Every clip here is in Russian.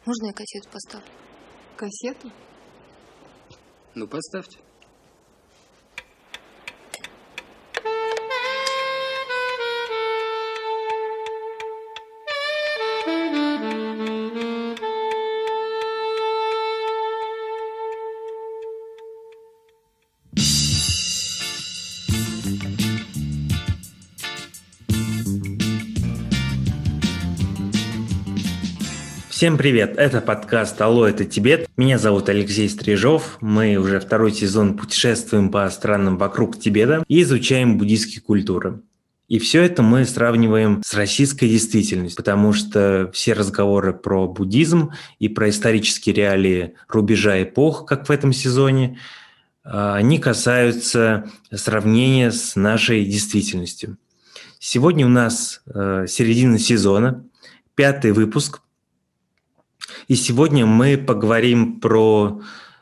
Можно я кассету поставлю? Кассету? Ну, поставьте. Всем привет, это подкаст «Алло, это Тибет». Меня зовут Алексей Стрижов. Мы уже второй сезон путешествуем по странам вокруг Тибета и изучаем буддийские культуры. И все это мы сравниваем с российской действительностью, потому что все разговоры про буддизм и про исторические реалии рубежа эпох, как в этом сезоне, они касаются сравнения с нашей действительностью. Сегодня у нас середина сезона, 5-й выпуск. И сегодня мы поговорим про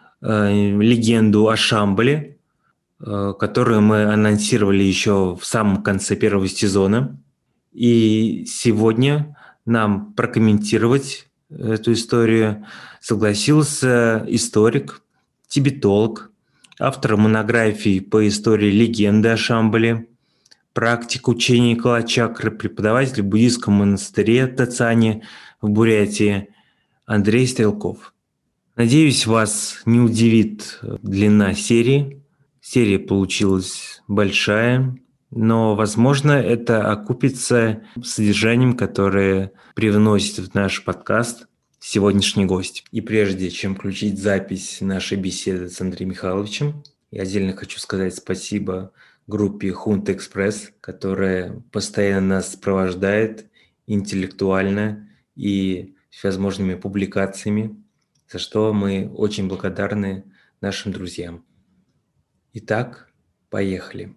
легенду о Шамбале, которую мы анонсировали еще в самом конце первого сезона. И сегодня нам прокомментировать эту историю согласился историк, тибетолог, автор монографий по истории легенды о Шамбале, практик учения Калачакры, преподаватель в буддийском монастыре Тацане в Бурятии Андрей Стрелков. Надеюсь, вас не удивит длина серии. Серия получилась большая, но, возможно, это окупится содержанием, которое привносит в наш подкаст сегодняшний гость. И прежде чем включить запись нашей беседы с Андреем Михайловичем, я отдельно хочу сказать спасибо группе Хунта Экспресс, которая постоянно нас сопровождает интеллектуально и всевозможными публикациями, за что мы очень благодарны нашим друзьям. Итак, поехали.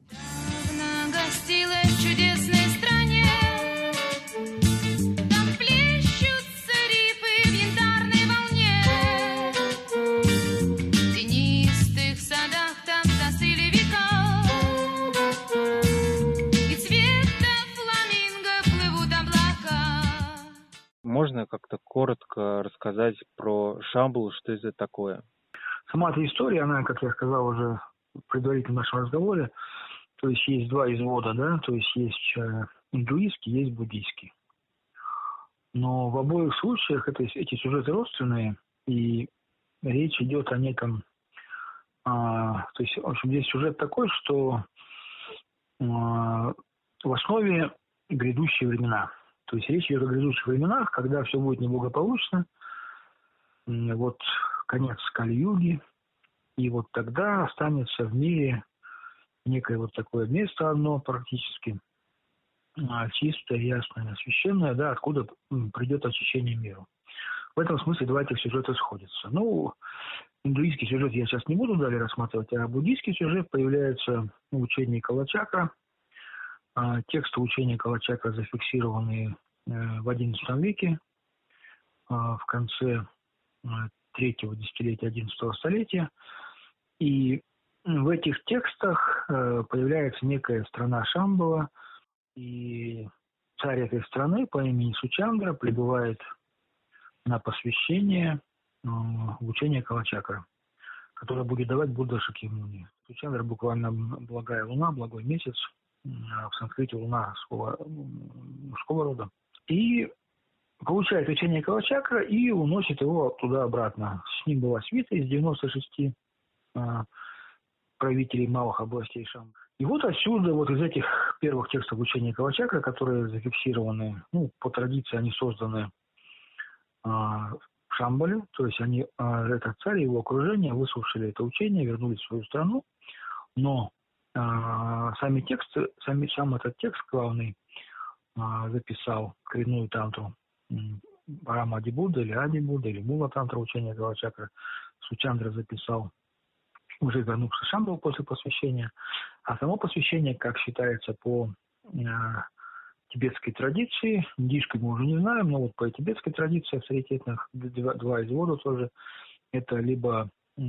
Можно как-то коротко рассказать про Шамбалу, что это такое? Сама эта история, она, как я сказал уже предварительно в нашем разговоре, то есть есть два извода, да, то есть есть индуистский, есть буддийский. Но в обоих случаях эти сюжеты родственные, и речь идет о неком... то есть, в общем, здесь сюжет такой, что в основе грядущие времена. То есть речь идет о грядущих временах, когда все будет неблагополучно. Вот конец Кали-юги. И вот тогда останется в мире некое вот такое место одно практически, чистое, ясное, священное, да, откуда придет очищение миру. В этом смысле два этих сюжета сходятся. Ну, индуистский сюжет я сейчас не буду далее рассматривать, а буддийский сюжет появляется в учении Калачакра. Тексты учения Калачакра зафиксированы в XI веке, в конце третьего десятилетия XI столетия. И в этих текстах появляется некая страна Шамбала, и царь этой страны по имени Сучандра прибывает на посвящение в учение Калачакра, которое будет давать Будда Шакьямуни. Сучандра буквально благая луна, благой месяц, в санскрите луна мужского рода. И получает учение Калачакра и уносит его туда-обратно. С ним была свита из 96 правителей малых областей Шамбалы. И вот отсюда, вот из этих первых текстов учения Калачакра, которые зафиксированы, по традиции они созданы в Шамбале, то есть они, этот царь и его окружение выслушали это учение, вернулись в свою страну, но сам этот текст главный записал коренную тантру Парама Адибудда или Адибудда или Мула тантра учения Калачакра. Сучандра записал, уже вернувшись в Шамбалу после посвящения. А само посвящение, как считается по тибетской традиции, индийской мы уже не знаем, но вот по тибетской традиции авторитетных два извода тоже, это либо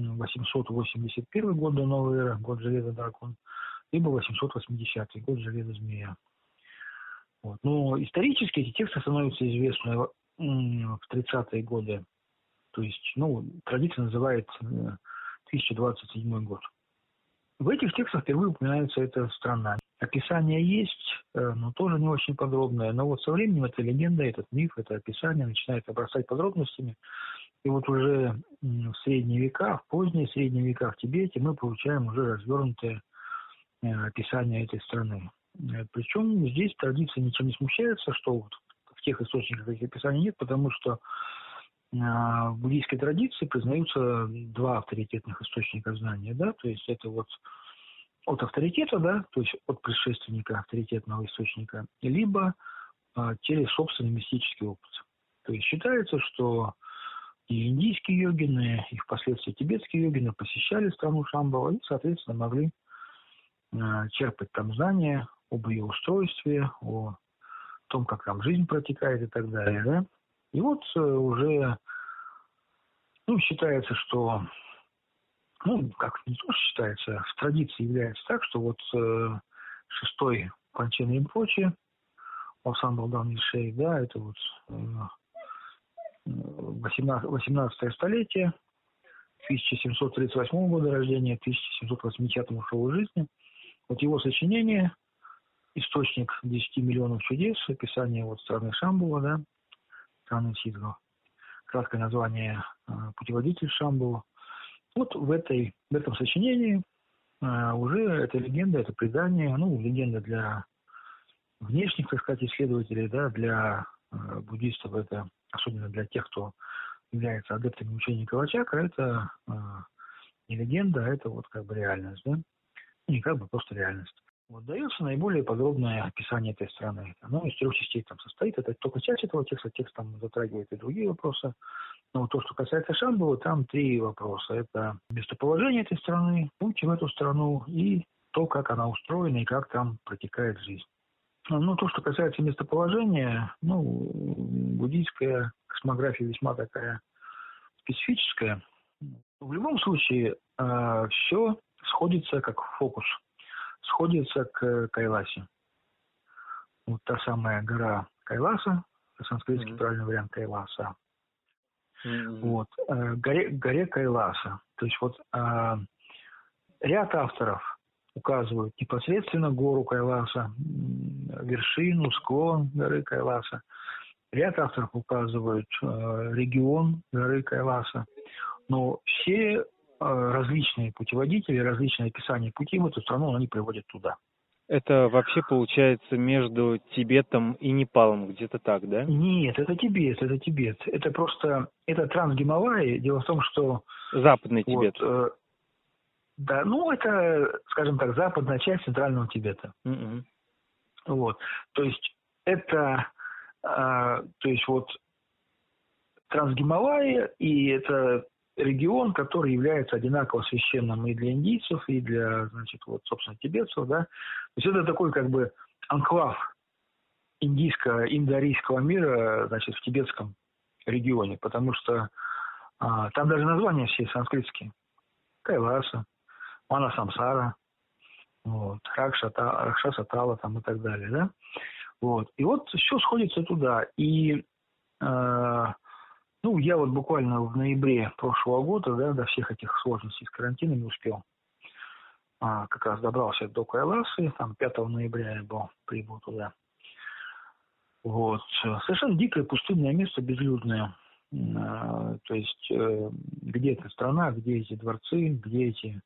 881 год до новой эры, год железа дракон, либо 880 год железа змея. Вот. Но исторически эти тексты становятся известны в 30-е годы То есть, традиция называет 1027 год. В этих текстах впервые упоминается эта страна. Описание есть, но тоже не очень подробное. Но вот со временем эта легенда, этот миф, это описание начинает обрастать подробностями. И вот уже в средние века, в поздние средние века в Тибете мы получаем уже развернутое описание этой страны. Причем здесь традиция ничем не смущается, что вот в тех источниках этих описаний нет, потому что в буддийской традиции признаются два авторитетных источника знания, да, то есть это вот от авторитета, да, то есть от предшественника авторитетного источника, либо через собственный мистический опыт. То есть считается, что и индийские йогины, и впоследствии тибетские йогины посещали страну Шамбала и, соответственно, могли черпать там знания об ее устройстве, о том, как там жизнь протекает и так далее, да. И вот уже, считается, что, как не то, что считается, в традиции является так, что вот шестой Панчен Ринпоче, Лавсан Балдан Вишей, да, это вот 18 столетие, 1738 года рождения, 1780 ушел из жизни. Вот его сочинение «Источник 10 миллионов чудес», описание вот страны Шамбала, да, страны Сидхов, краткое название «Путеводитель Шамбала». Вот в этом сочинении уже эта легенда, это предание, легенда для внешних, так сказать, исследователей, да, для буддистов, это особенно для тех, кто является адептами учения Кавачакра, это не легенда, а это вот как бы реальность, да, не как бы просто реальность. Вот дается наиболее подробное описание этой страны. Оно из 3 частей там состоит. Это только часть этого текста. Текст там затрагивает и другие вопросы. Но вот то, что касается Шамбала, там 3 вопроса. Это местоположение этой страны, путь в эту страну и то, как она устроена и как там протекает жизнь. То, что касается местоположения, буддийская космография весьма такая специфическая. В любом случае, все сходится как фокус. Сходится к Кайласе. Вот та самая гора Кайласа, санскритский правильный вариант Кайласа. Вот, горе Кайласа. То есть вот ряд авторов указывают непосредственно гору Кайласа, вершину, склон горы Кайласа. Ряд авторов указывают регион горы Кайласа. Но все различные путеводители, различные описания пути в эту страну, они приводят туда. Это вообще получается между Тибетом и Непалом, где-то так, да? Нет, это Тибет. Это просто, это Трансгималайи. Дело в том, что... Западный Тибет. Да, это, скажем так, западная часть центрального Тибета. Вот. То есть это, Трансгималайи, и это регион, который является одинаково священным и для индийцев, и для, собственно, тибетцев, да. То есть это такой как бы анклав индо-арийского мира, в тибетском регионе, потому что там даже названия все санскритские. Кайласа, Манасамсара, Ракшасатала там и так далее, да. Вот. И вот все сходится туда. И я вот буквально в ноябре прошлого года, да, до всех этих сложностей с карантином не успел. Как раз добрался до Кайласы, там 5 ноября я прибыл туда. Вот. Совершенно дикое пустынное место, безлюдное. То есть, где эта страна, где эти дворцы, где эти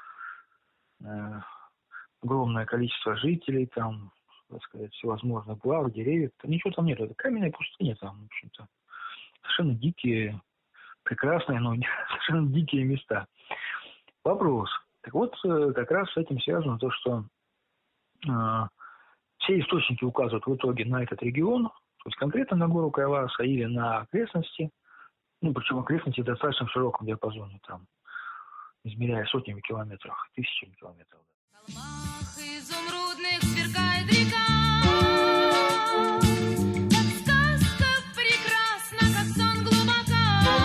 огромное количество жителей, там, так сказать, всевозможных глав, деревьев. Ничего там нет. Это каменная пустыня там, в общем-то. Совершенно дикие, прекрасные, но совершенно дикие места. Вопрос. Так вот, как раз с этим связано то, что все источники указывают в итоге на этот регион, то есть конкретно на гору Кайласа или на окрестности, причем окрестности в достаточно широком диапазоне, там, измеряя сотнями километров, тысячами километров. В холмах изумрудных сверкает река, как сказка прекрасна, как сон глубока,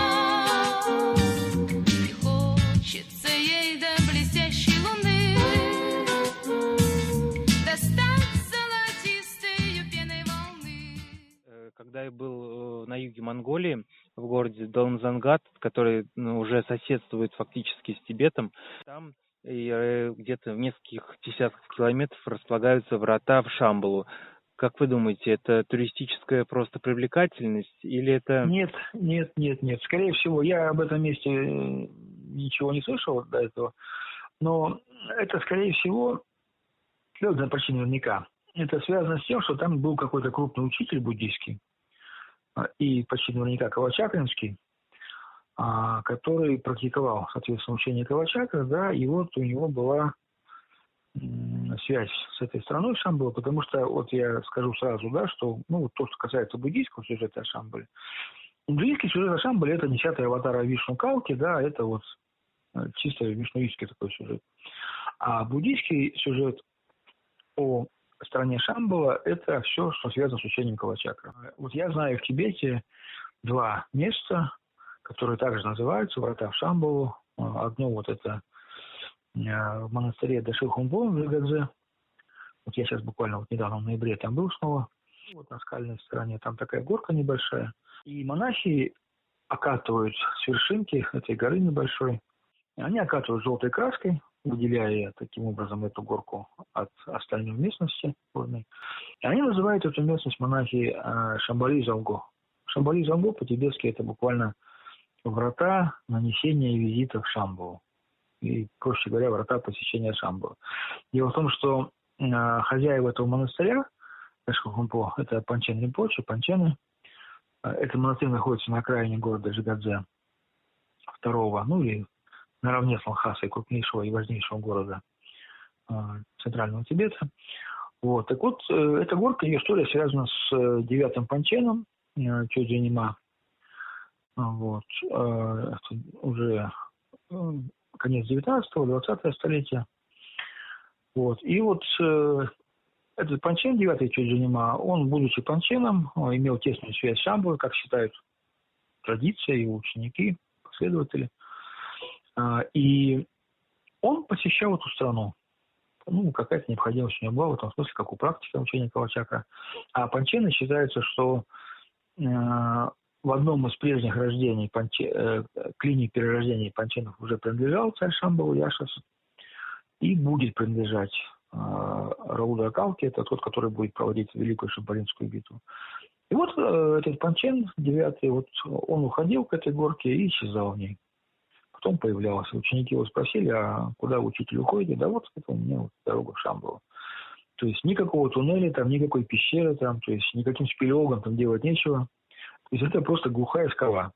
и хочется ей до блестящей луны достать золотистую пеной волны. Когда я был на юге Монголии, в городе Даланзангат, который уже соседствует фактически с Тибетом. Там где-то в нескольких десятках километров располагаются врата в Шамбалу. Как вы думаете, это туристическая просто привлекательность или это... Нет. Скорее всего, я об этом месте ничего не слышал до этого, но это, скорее всего, почти наверняка. Это связано с тем, что там был какой-то крупный учитель буддийский, и почти наверняка кавачакринский, который практиковал, соответственно, учение кавачакра, да, и вот у него была связь с этой страной Шамбала, потому что, вот я скажу сразу, да, что, вот то, что касается буддийского сюжета о Шамбале, индуистский сюжет о Шамбале — это 10-й аватара Вишну Калки, да, это вот чисто вишнуистский такой сюжет. А буддийский сюжет о стране Шамбала — это все, что связано с учением кавачакра. Вот я знаю в Тибете 2 места, которые также называются врата в Шамбалу. Одно вот это в монастыре Даши-Хумбо в Джигадзе. Вот я сейчас буквально вот недавно в ноябре там был снова. Вот на скальной стороне там такая горка небольшая. И монахи окатывают с вершинки этой горы небольшой. Они окатывают желтой краской, выделяя таким образом эту горку от остальной местности горной. И они называют эту местность монахи Шамбали-Залго. Шамбали-Залго по-тибетски это буквально врата нанесения визита в Шамбалу. И, проще говоря, врата посещения Шамбалы. Дело в том, что хозяева этого монастыря, Даши-Хумбо, это Панчен Ринпоче, Панчены. Этот монастырь находится на окраине города Джигадзе, второго, или наравне с Лхасой, крупнейшего и важнейшего города центрального Тибета. Вот. Так вот, эта горка, ее история связана с 9-м Панченом Чодженима. Вот. Это уже конец 19-го, 20-е столетия. Вот. И вот этот Панчен, 9-й Чодженима, он, будучи Панченом, имел тесную связь с Шамбалой, как считают традиция, его ученики, последователи. И он посещал эту страну. Какая-то необходимость у него была в этом смысле, как у практика учения кавачакра. А Панчены считается, что в одном из прежних рождений, к линии перерождения Панченов уже принадлежал царь Шамбалу Яшас и будет принадлежать Рауда Калки, это тот, который будет проводить Великую Шамбалинскую битву. И вот этот Панчен, 9-й, вот он уходил к этой горке и исчезал в ней. Потом появлялся. Ученики его спросили, а куда учитель уходит? Да вот это у меня вот дорога в Шамбалу. То есть никакого туннеля, там, никакой пещеры, там, то есть никаким спелеологом там делать нечего. То есть это просто глухая скала.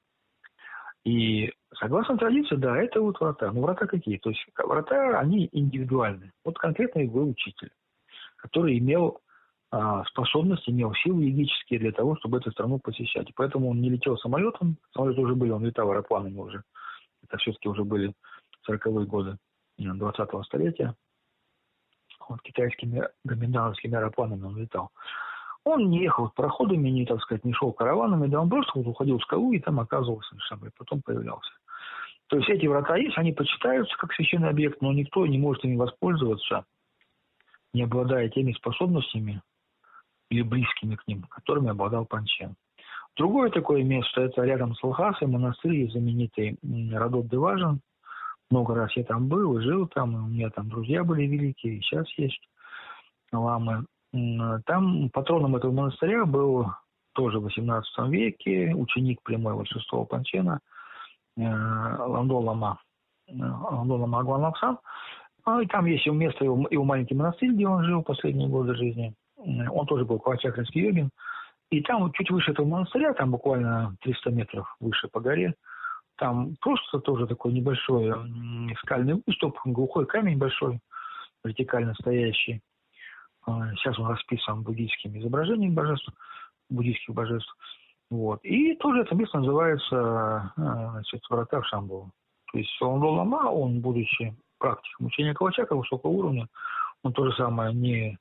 И согласно традиции, да, это вот врата. Но врата какие? То есть врата, они индивидуальны. Вот конкретно был учитель, который имел способности, имел силы йогические для того, чтобы эту страну посещать. И поэтому он не летел самолетом. Самолеты уже были, он летал аэропланами уже. Это все-таки уже были 40-е годы 20-го столетия. Вот китайскими гоминдановскими аэропланами он летал. Он не ехал пароходами, не, так сказать, не шел караванами, да, он просто вот уходил в скалу и там оказывался, и потом появлялся. То есть эти врата есть, они почитаются как священный объект, но никто не может ими воспользоваться, не обладая теми способностями или близкими к ним, которыми обладал Панчен. Другое такое место, это рядом с Лхасой, монастырь знаменитый Радот-де-Важен. Много раз я там был и жил там, и у меня там друзья были великие, и сейчас есть ламы. Там патроном этого монастыря был тоже в XVIII веке ученик прямой вот 6-го Панчена Ландо Лама Агван-Лапсан. И там есть место, его маленький монастырь, где он жил последние годы жизни. Он тоже был кавачакринский йогин. И там чуть выше этого монастыря, там буквально 300 метров выше по горе, там просто тоже такой небольшой скальный выступ, глухой камень большой, вертикально стоящий. Сейчас он расписан буддийскими изображениями божеств, буддийских божеств. Вот. И тоже это место называется врата в Шамбалу. То есть Ландо Лама, он, будучи практиком учения кавачакра высокого уровня, он то же самое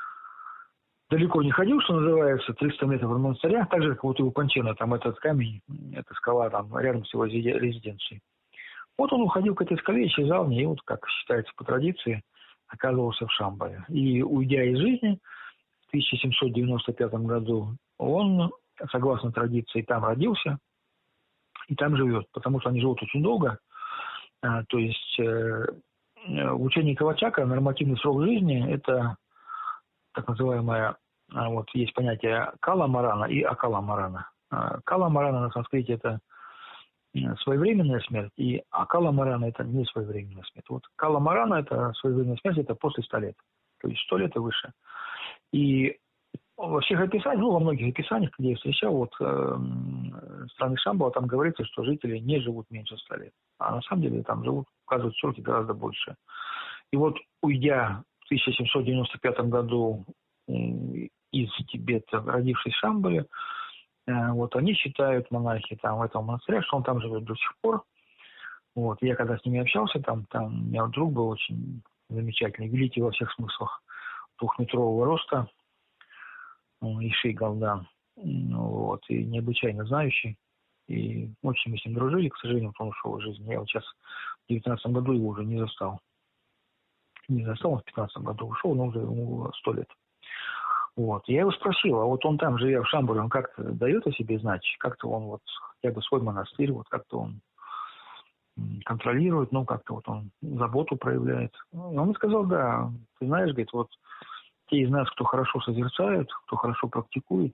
далеко не ходил, что называется, 300 метров от монастыря, так же, как вот и у Панчена, там этот камень, эта скала там рядом с его резиденцией. Вот он уходил к этой скале, исчезал в ней, и вот, как считается по традиции, оказывался в Шамбале. И, уйдя из жизни, в 1795 году он, согласно традиции, там родился, и там живет, потому что они живут очень долго. То есть в учении Кавачака нормативный срок жизни – это так называемая, вот есть понятие кала марана и акала марана. Кала марана на санскрите – это своевременная смерть, и акала марана – это не своевременная смерть. Вот кала марана – это своевременная смерть, это после 100 лет, то есть 100 лет и выше. И во всех описаниях, во многих описаниях, где я встречал, вот страны Шамбала, там говорится, что жители не живут меньше 100 лет. А на самом деле там живут, указывают сроки гораздо больше. И вот уйдя в 1795 году из Тибета, родившись в Шамбале, вот они считают, монахи там в этом монастыре, что он там живет до сих пор. Вот, я когда с ними общался, там у меня друг был очень замечательный, великий во всех смыслах, 2-метрового роста, Иши Галдан, вот, и необычайно знающий. И очень мы с ним дружили, к сожалению, он ушел из жизни. Я вот сейчас в 19 году его уже не застал. Не застал, он в 15 году ушел, но уже ему 100 лет. Вот. Я его спросил, а вот он там, живя в Шамбале, он как-то дает о себе знать? Как-то он вот хотя бы свой монастырь, вот как-то он контролирует, как-то вот он заботу проявляет. И он мне сказал, да, ты знаешь, говорит, вот те из нас, кто хорошо созерцает, кто хорошо практикует,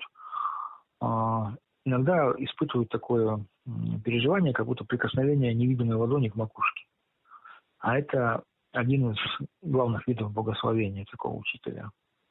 иногда испытывают такое переживание, как будто прикосновение невидимой ладони к макушке. А это один из главных видов богословения такого учителя.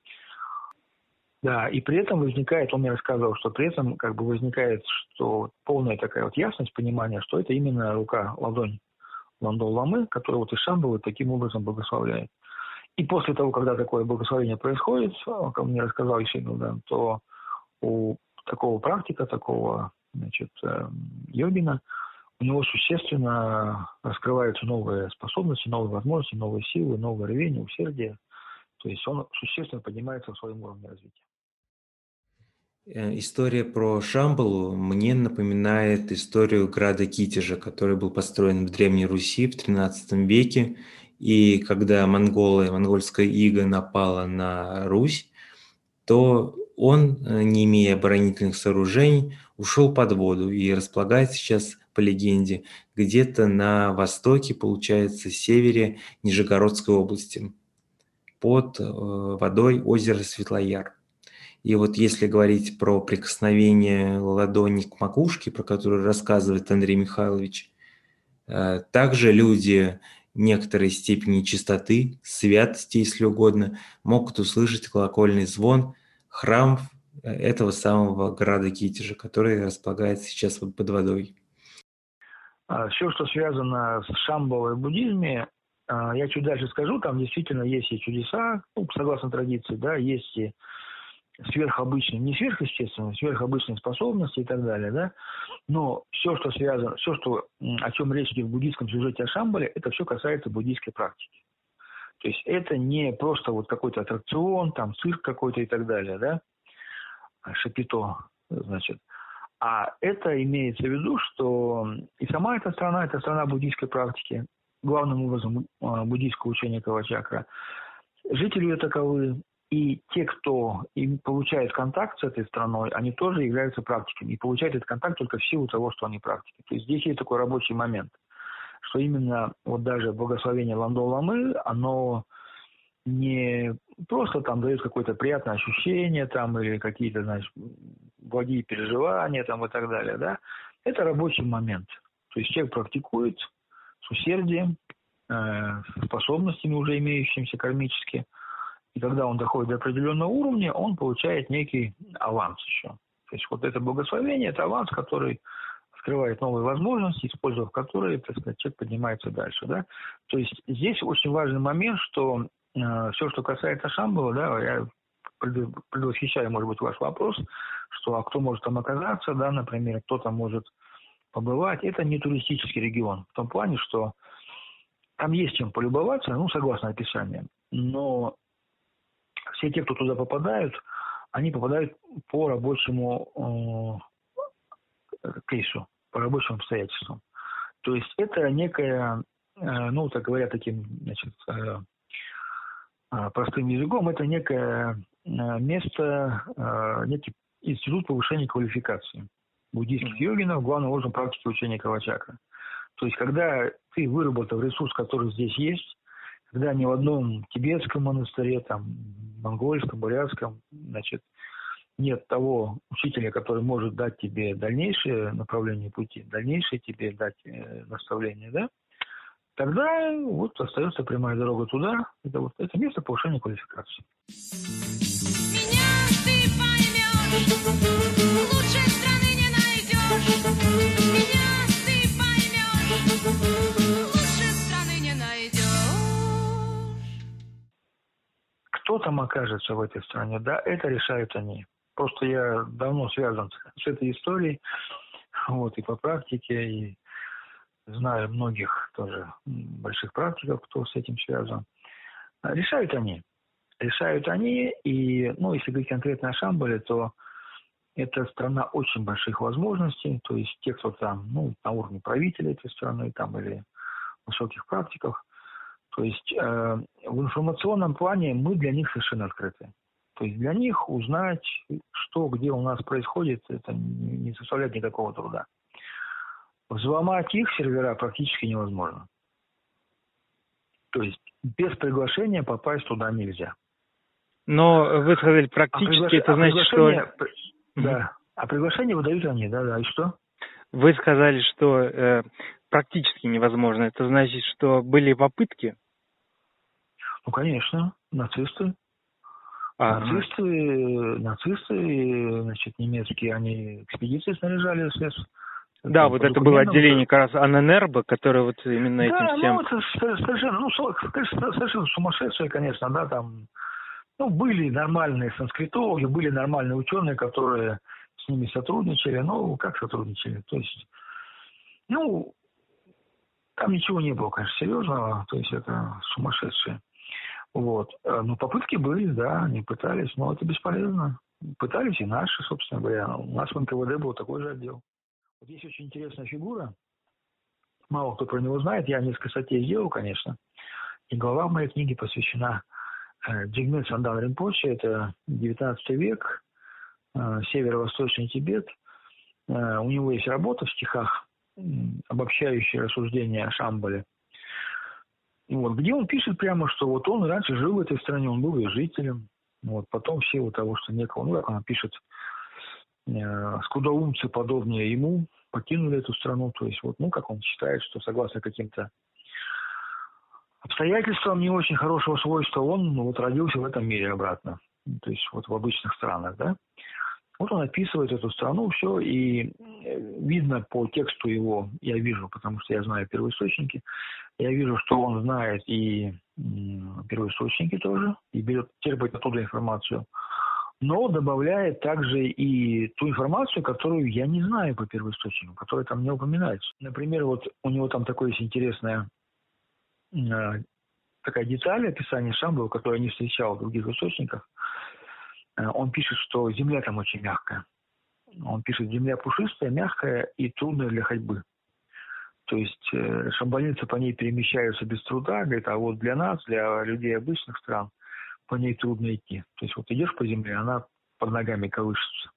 Да, и при этом возникает, он мне рассказывал, что при этом как бы возникает, что полная такая вот ясность, понимание, что это именно рука, ладонь Ландол Ламы, которая вот из Шамбалы таким образом богословляет. И после того, когда такое богословение происходит, как мне рассказал Ишигал, да, то у такого практика, такого, йогина, у него существенно раскрываются новые способности, новые возможности, новые силы, новое рвение, усердие. То есть он существенно поднимается в своем уровне развития. История про Шамбалу мне напоминает историю града Китежа, который был построен в Древней Руси в XIII веке. И когда монгольская ига напала на Русь, то он, не имея оборонительных сооружений, ушел под воду и располагается сейчас, по легенде, где-то на востоке, получается, севере Нижегородской области, под водой озера Светлояр. И вот если говорить про прикосновение ладони к макушке, про которое рассказывает Андрей Михайлович, также люди некоторой степени чистоты, святости, если угодно, могут услышать колокольный звон, храм этого самого града Китежа, который располагается сейчас под водой. Все, что связано с Шамбалой в буддизме, я чуть дальше скажу, там действительно есть и чудеса, согласно традиции, да, есть и сверхобычные, не сверхъестественные, сверхобычные способности и так далее, да. Но все, что связано, о чем речь идет в буддийском сюжете о Шамбале, это все касается буддийской практики. То есть это не просто вот какой-то аттракцион, там цирк какой-то и так далее, да, шапито, значит. А это имеется в виду, что и сама эта страна буддийской практики, главным образом буддийского учения Кавачакра, жители ее таковы, и те, кто им получает контакт с этой страной, они тоже являются практиками. И получают этот контакт только в силу того, что они практики. То есть здесь есть такой рабочий момент, что именно вот даже благословение Ландол Ламы, оно не просто там дает какое-то приятное ощущение там, или какие-то, значит, благие переживания там, и так далее. Да? Это рабочий момент. То есть человек практикует с усердием, способностями уже имеющимися кармически. И когда он доходит до определенного уровня, он получает некий аванс еще. То есть вот это благословение, это аванс, который открывает новые возможности, используя которые, так сказать, человек поднимается дальше. Да? То есть здесь очень важный момент, что все, что касается Шамбала, да, я предвосхищаю, может быть, ваш вопрос, что а кто может там оказаться, да, например, кто там может побывать. Это не туристический регион. В том плане, что там есть чем полюбоваться, согласно описаниям. Но все те, кто туда попадают, они попадают по рабочему кейсу, по рабочим обстоятельствам. То есть это некое, так говоря, таким, значит, простым языком, это некое место, некий институт повышения квалификации. буддийских йогинов, главным образом практики учения Кавачакра. То есть, когда ты выработал ресурс, который здесь есть, когда ни в одном тибетском монастыре, там, монгольском, бурятском, значит, нет того учителя, который может дать тебе дальнейшее направление пути, дальнейшее тебе дать наставление, да, тогда вот остается прямая дорога туда. Это место повышения квалификации. Меня ты поймешь, лучше страны не найдешь. Меня ты поймешь, лучше страны не найдешь. Кто там окажется в этой стране, да, это решают они. Просто я давно связан с этой историей, вот, и по практике, и знаю многих тоже больших практиков, кто с этим связан. Решают они. Решают они, и, ну, если говорить конкретно о Шамбале, то это страна очень больших возможностей, то есть те, кто там, ну, на уровне правителя этой страны, там, или высоких практиков, то есть в информационном плане мы для них совершенно открыты. То есть для них узнать, что, где у нас происходит, это не составляет никакого труда. Взломать их сервера практически невозможно. То есть без приглашения попасть туда нельзя. Но вы сказали практически, это значит, что... Да, а приглашение выдают они, да, и что? Вы сказали, что практически невозможно. Это значит, что были попытки? Ну, конечно, нацисты. Нацисты, значит, немецкие, они экспедиции снаряжали СС. Да, вот это было отделение как раз Анненербе, которое вот именно этим всем... Да, ну, это совершенно сумасшедшие, конечно, да, там... Ну, были нормальные санскритологи, были нормальные ученые, которые с ними сотрудничали. Ну, как сотрудничали? То есть, ну, там ничего не было, конечно, серьезного. То есть, это сумасшедшие. Вот. Но попытки были, да, они пытались, но это бесполезно. Пытались и наши, собственно говоря. У нас в НКВД был такой же отдел. Вот есть очень интересная фигура. Мало кто про него знает. Я несколько статей сделал, конечно. И глава в моей книге посвящена Джигме Сандан Ринпоче. Это 19 век, северо-восточный Тибет. У него есть работа в стихах, обобщающая рассуждения о Шамбале. Вот, где он пишет прямо, что вот он раньше жил в этой стране, он был ее жителем. Вот, потом в силу того, что некого, ну, как он пишет, скудоумцы, подобные ему, покинули эту страну. То есть, вот, ну, как он считает, что согласно каким-то обстоятельствам не очень хорошего свойства, он, ну, вот, родился в этом мире обратно. То есть, вот в обычных странах, да. Вот он описывает эту страну, все, и видно по тексту его, я вижу, потому что я знаю первоисточники, я вижу, что он знает и первоисточники тоже, и черпает оттуда информацию, но добавляет также и ту информацию, которую я не знаю по первоисточнику, которая там не упоминается. Например, вот у него там такое есть интересная такая деталь описания Шамбала, которую я не встречал в других источниках. Он пишет, что земля там очень мягкая. Он пишет, земля пушистая, мягкая и трудная для ходьбы. То есть шамбалинцы по ней перемещаются без труда, говорит, а вот для нас, для людей обычных стран, по ней трудно идти. То есть вот идешь по земле, она под ногами колышется.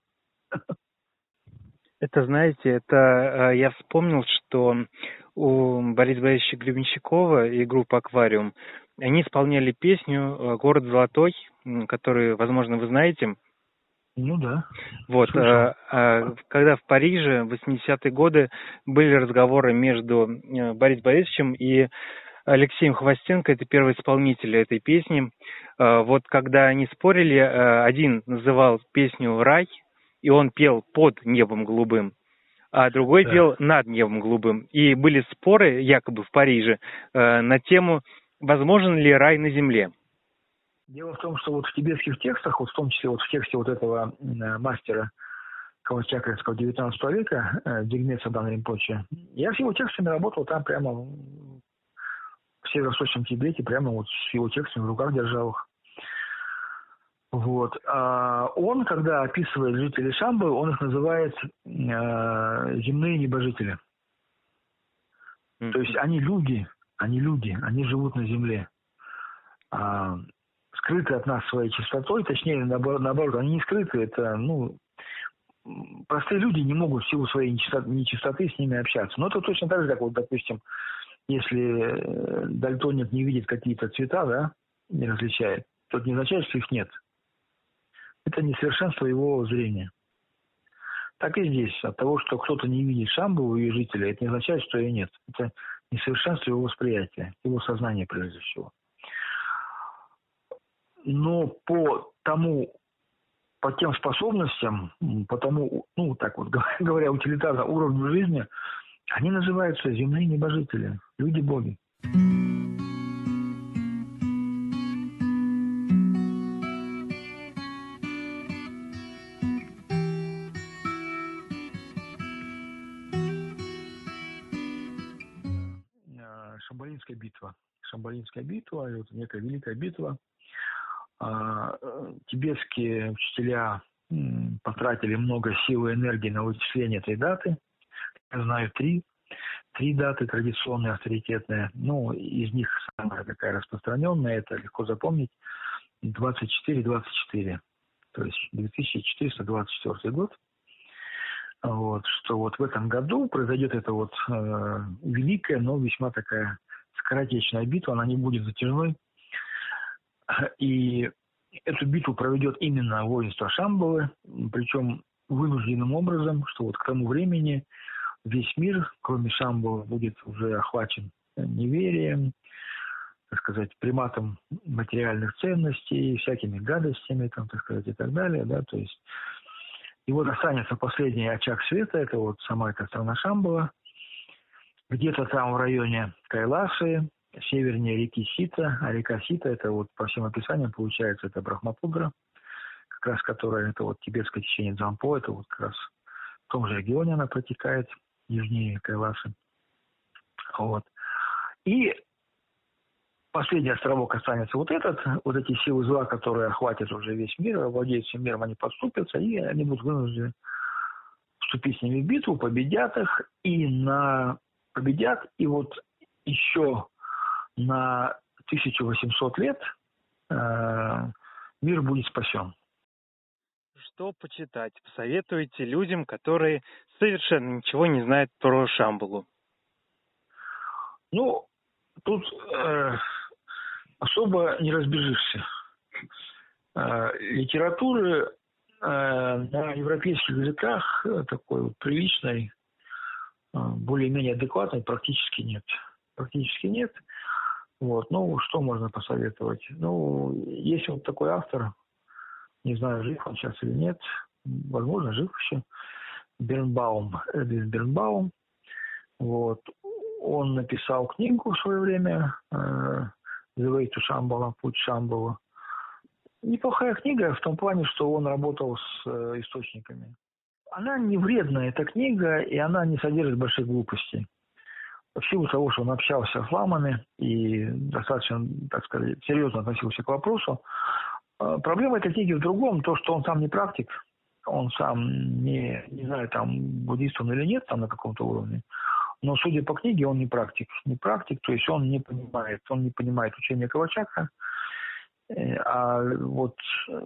Это, знаете, это я вспомнил, что у Бориса Борисовича Гребенщикова и группы «Аквариум» они исполняли песню «Город золотой», которую, возможно, вы знаете. Ну да. Вот, когда в Париже в 80-е годы были разговоры между Борисом Борисовичем и Алексеем Хвостенко, это первый исполнитель этой песни. Вот когда они спорили, один называл песню «Рай», и он пел под небом голубым, а другой пел над небом голубым. И были споры, якобы в Париже, на тему, возможен ли рай на земле. Дело в том, что вот в тибетских текстах, вот в том числе вот в тексте вот этого мастера Кавачакринского 19 века, Джигме Сандан Ринпоче, я с его текстами работал там прямо в северо-восточном Тибете, прямо вот с его текстами в руках держал их. Вот. А он, когда описывает жителей Шамбы, он их называет земные небожители. То есть они люди, они живут на земле. Скрыты от нас своей чистотой, точнее, наоборот, они не скрыты, это, ну, простые люди не могут в силу своей нечистоты с ними общаться. Но это точно так же, как, вот, допустим, если дальтоник не видит какие-то цвета, да, не различает, то это не означает, что их нет. Это несовершенство его зрения. Так и здесь. От того, что кто-то не видит Шамбалу и жителя, это не означает, что ее нет. Это несовершенство его восприятия, его сознания прежде всего. Но по тем способностям, по тому, ну, так вот говоря, утилитарно уровню жизни, они называются земные небожители, люди-боги. Шамбалинская битва. Шамбалинская битва, это некая великая битва. Тибетские учителя потратили много сил и энергии на вычисление этой даты. Я знаю три даты традиционные, авторитетные. Ну, из них самая такая распространенная, это легко запомнить, 24-24. То есть 2424 год. Вот, что вот в этом году произойдет эта вот великая, но весьма такая скоротечная битва, она не будет затяжной. И эту битву проведет именно воинство Шамбалы, причем вынужденным образом, что вот к тому времени весь мир, кроме Шамбалы, будет уже охвачен неверием, так сказать, приматом материальных ценностей, всякими гадостями, там, так сказать, и так далее, да, то есть и вот останется последний очаг света, это вот сама эта страна Шамбала, где-то там в районе Кайласы, севернее реки Сита, а река Сита, это вот по всем описаниям получается, это Брахмапудра, как раз которая, это вот тибетское течение Дзампо, это вот как раз в том же регионе она протекает, южнее Кайласы. Вот. И последний островок останется вот эти силы зла, которые охватят уже весь мир, овладеют всем миром, они подступятся, и они будут вынуждены вступить с ними в битву, победят их, победят, и вот еще на 1800 лет мир будет спасен. Что почитать посоветуете людям, которые совершенно ничего не знают про Шамбалу? Ну, тут особо не разбежишься. Литературы на европейских языках такой вот приличной, более-менее адекватной практически нет. Практически нет. Вот. Ну, что можно посоветовать? Ну, есть вот такой автор, не знаю, жив он сейчас или нет, возможно, жив еще, Бернбаум, Эдвин Бернбаум. Вот. Он написал книгу в свое время «The Way to Shambhala», «Путь Шамбала». Неплохая книга в том плане, что он работал с источниками. Она не вредная, эта книга, и она не содержит больших глупостей. В силу того, что он общался с ламами и достаточно, так сказать, серьезно относился к вопросу. Проблема этой книги в другом, то, что он сам не практик, он сам не знаю, там, буддист он или нет, там, на каком-то уровне, но, судя по книге, он не практик, то есть он не понимает учение Кавачакра, а вот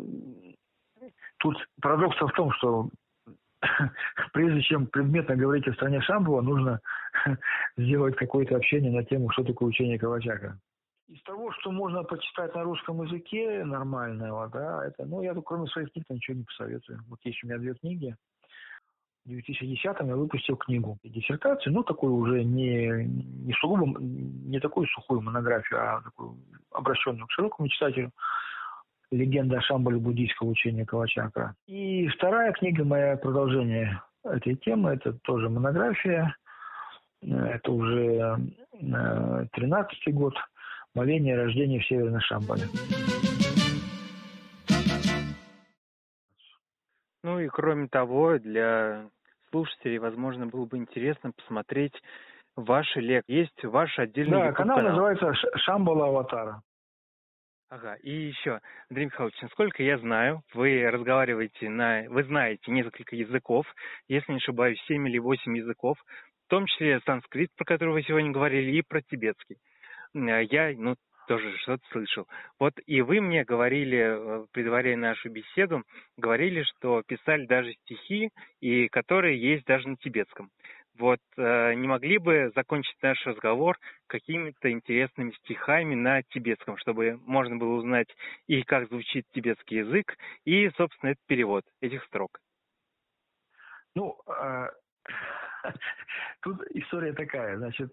тут парадокс в том, что прежде чем предметно говорить о стране Шамбала, нужно сделать какое-то общение на тему, что такое учение Кавачакра. Из того, что можно почитать на русском языке нормального, да, это, ну, я кроме своих книг ничего не посоветую. Вот есть у меня 2 книги. В 2010-м я выпустил книгу, диссертацию, ну, такую уже не сугубо, не такую сухую монографию, а такую обращенную к широкому читателю. «Легенда о Шамбале буддийского учения Кавачакра». И вторая книга, моя продолжение этой темы, это тоже монография. Это уже 13-й год. «Моление о рождении в Северной Шамбале». Ну и кроме того, для слушателей, возможно, было бы интересно посмотреть ваши лекции. Есть ваш отдельный YouTube-канал. Да, канал называется «Шамбала Аватара». Ага, и еще, Андрей Михайлович, насколько я знаю, вы знаете несколько языков, если не ошибаюсь, 7 или 8 языков, в том числе санскрит, про который вы сегодня говорили, и про тибетский. тоже что-то слышал. Вот и вы мне говорили, предваряя нашу беседу, говорили, что писали даже стихи, и которые есть даже на тибетском. Вот не могли бы закончить наш разговор какими-то интересными стихами на тибетском, чтобы можно было узнать и как звучит тибетский язык, и, собственно, этот перевод этих строк? Ну, тут история такая, значит,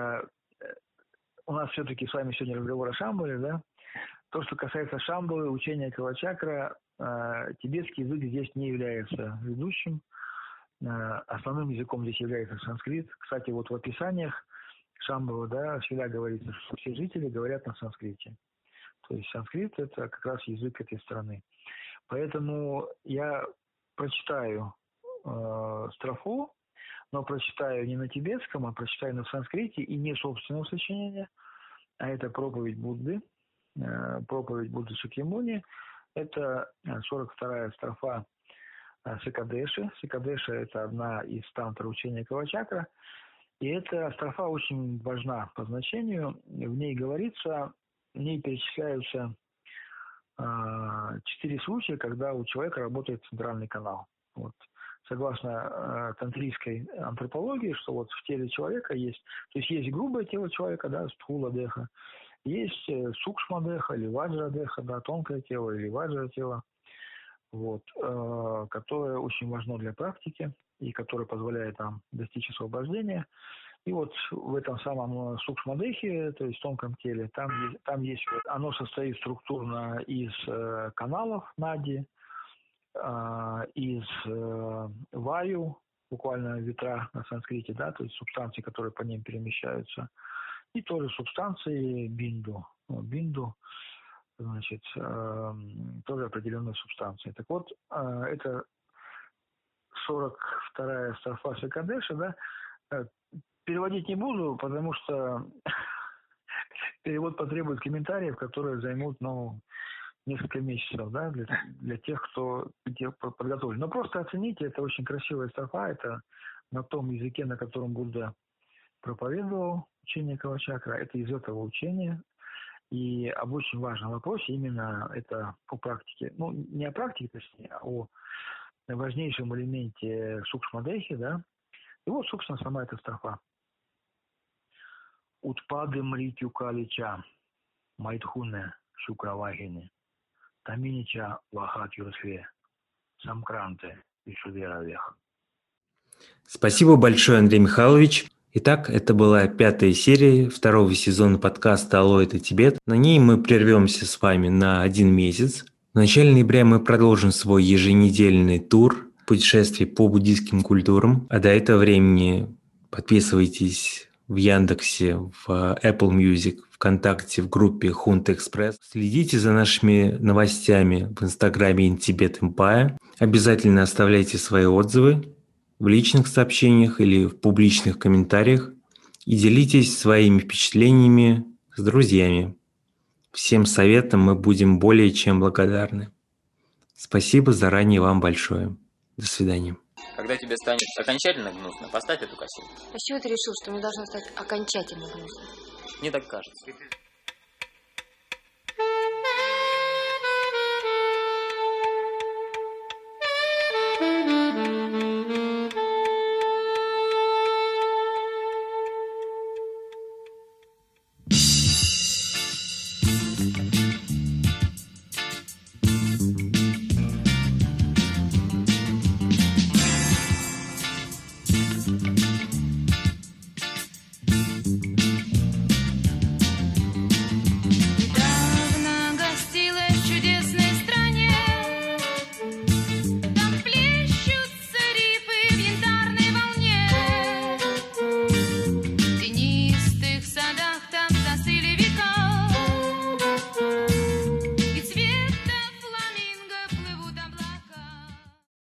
у нас все-таки с вами сегодня разговор о Шамбале, да? То, что касается Шамбалы, учения Калачакра, тибетский язык здесь не является ведущим. Основным языком здесь является санскрит. Кстати, вот в описаниях Шамбалы, да, всегда говорится, что все жители говорят на санскрите. То есть санскрит – это как раз язык этой страны. Поэтому я прочитаю строфу, но прочитаю не на тибетском, а прочитаю на санскрите и не собственного сочинения, а это проповедь Будды Шакьямуни. Это 42-я строфа Сикадеши. Сикадеша – это одна из тантр учения Калачакра. И эта строфа очень важна по значению. В ней говорится, в ней перечисляются 4 случая, когда у человека работает центральный канал. Вот. Согласно тантрийской антропологии, что вот в теле человека есть, то есть есть грубое тело человека, да, стхула-деха, есть сукшма-деха или ваджра-деха, да, тонкое тело или ваджра-тело, вот, которое очень важно для практики и которое позволяет нам достичь освобождения. И вот в этом самом сукшма-дехе, то есть тонком теле, там есть, оно состоит структурно из каналов нади, из ваю, буквально ветра на санскрите, да, то есть субстанции, которые по ним перемещаются, и тоже субстанции бинду. Бинду, значит, тоже определенные субстанции. Так вот, это 42-я строфа Сикадеши, да, переводить не буду, потому что перевод потребует комментариев, которые займут, несколько месяцев, да, для тех, кто подготовлен. Но просто оцените, это очень красивая строфа, это на том языке, на котором Будда проповедовал учение Калачакра, это из этого учения. И об очень важном вопросе именно это по практике, не о практике, точнее, а о важнейшем элементе сукшма-дехи, да. И вот, собственно, сама эта строфа. Утпады мритю калича, майтхуне шукравахини. Таминича вахат юрсве, самкранте вишудеравех. Спасибо большое, Андрей Михайлович. Итак, это была 5-я серия 2-го сезона подкаста «Алло, это Тибет». На ней мы прервемся с вами на 1 месяц. В начале ноября мы продолжим свой еженедельный тур путешествий по буддийским культурам. А до этого времени подписывайтесь в Яндексе, в Apple Music, ВКонтакте, в группе Хунта Экспресс. Следите за нашими новостями в Инстаграме In Tibet Empire. Обязательно оставляйте свои отзывы в личных сообщениях или в публичных комментариях и делитесь своими впечатлениями с друзьями. Всем советам мы будем более чем благодарны. Спасибо заранее вам большое. До свидания. Когда тебе станет окончательно гнусно, поставь эту кассету. А с чего ты решил, что мне должно стать окончательно гнусно? Мне так кажется.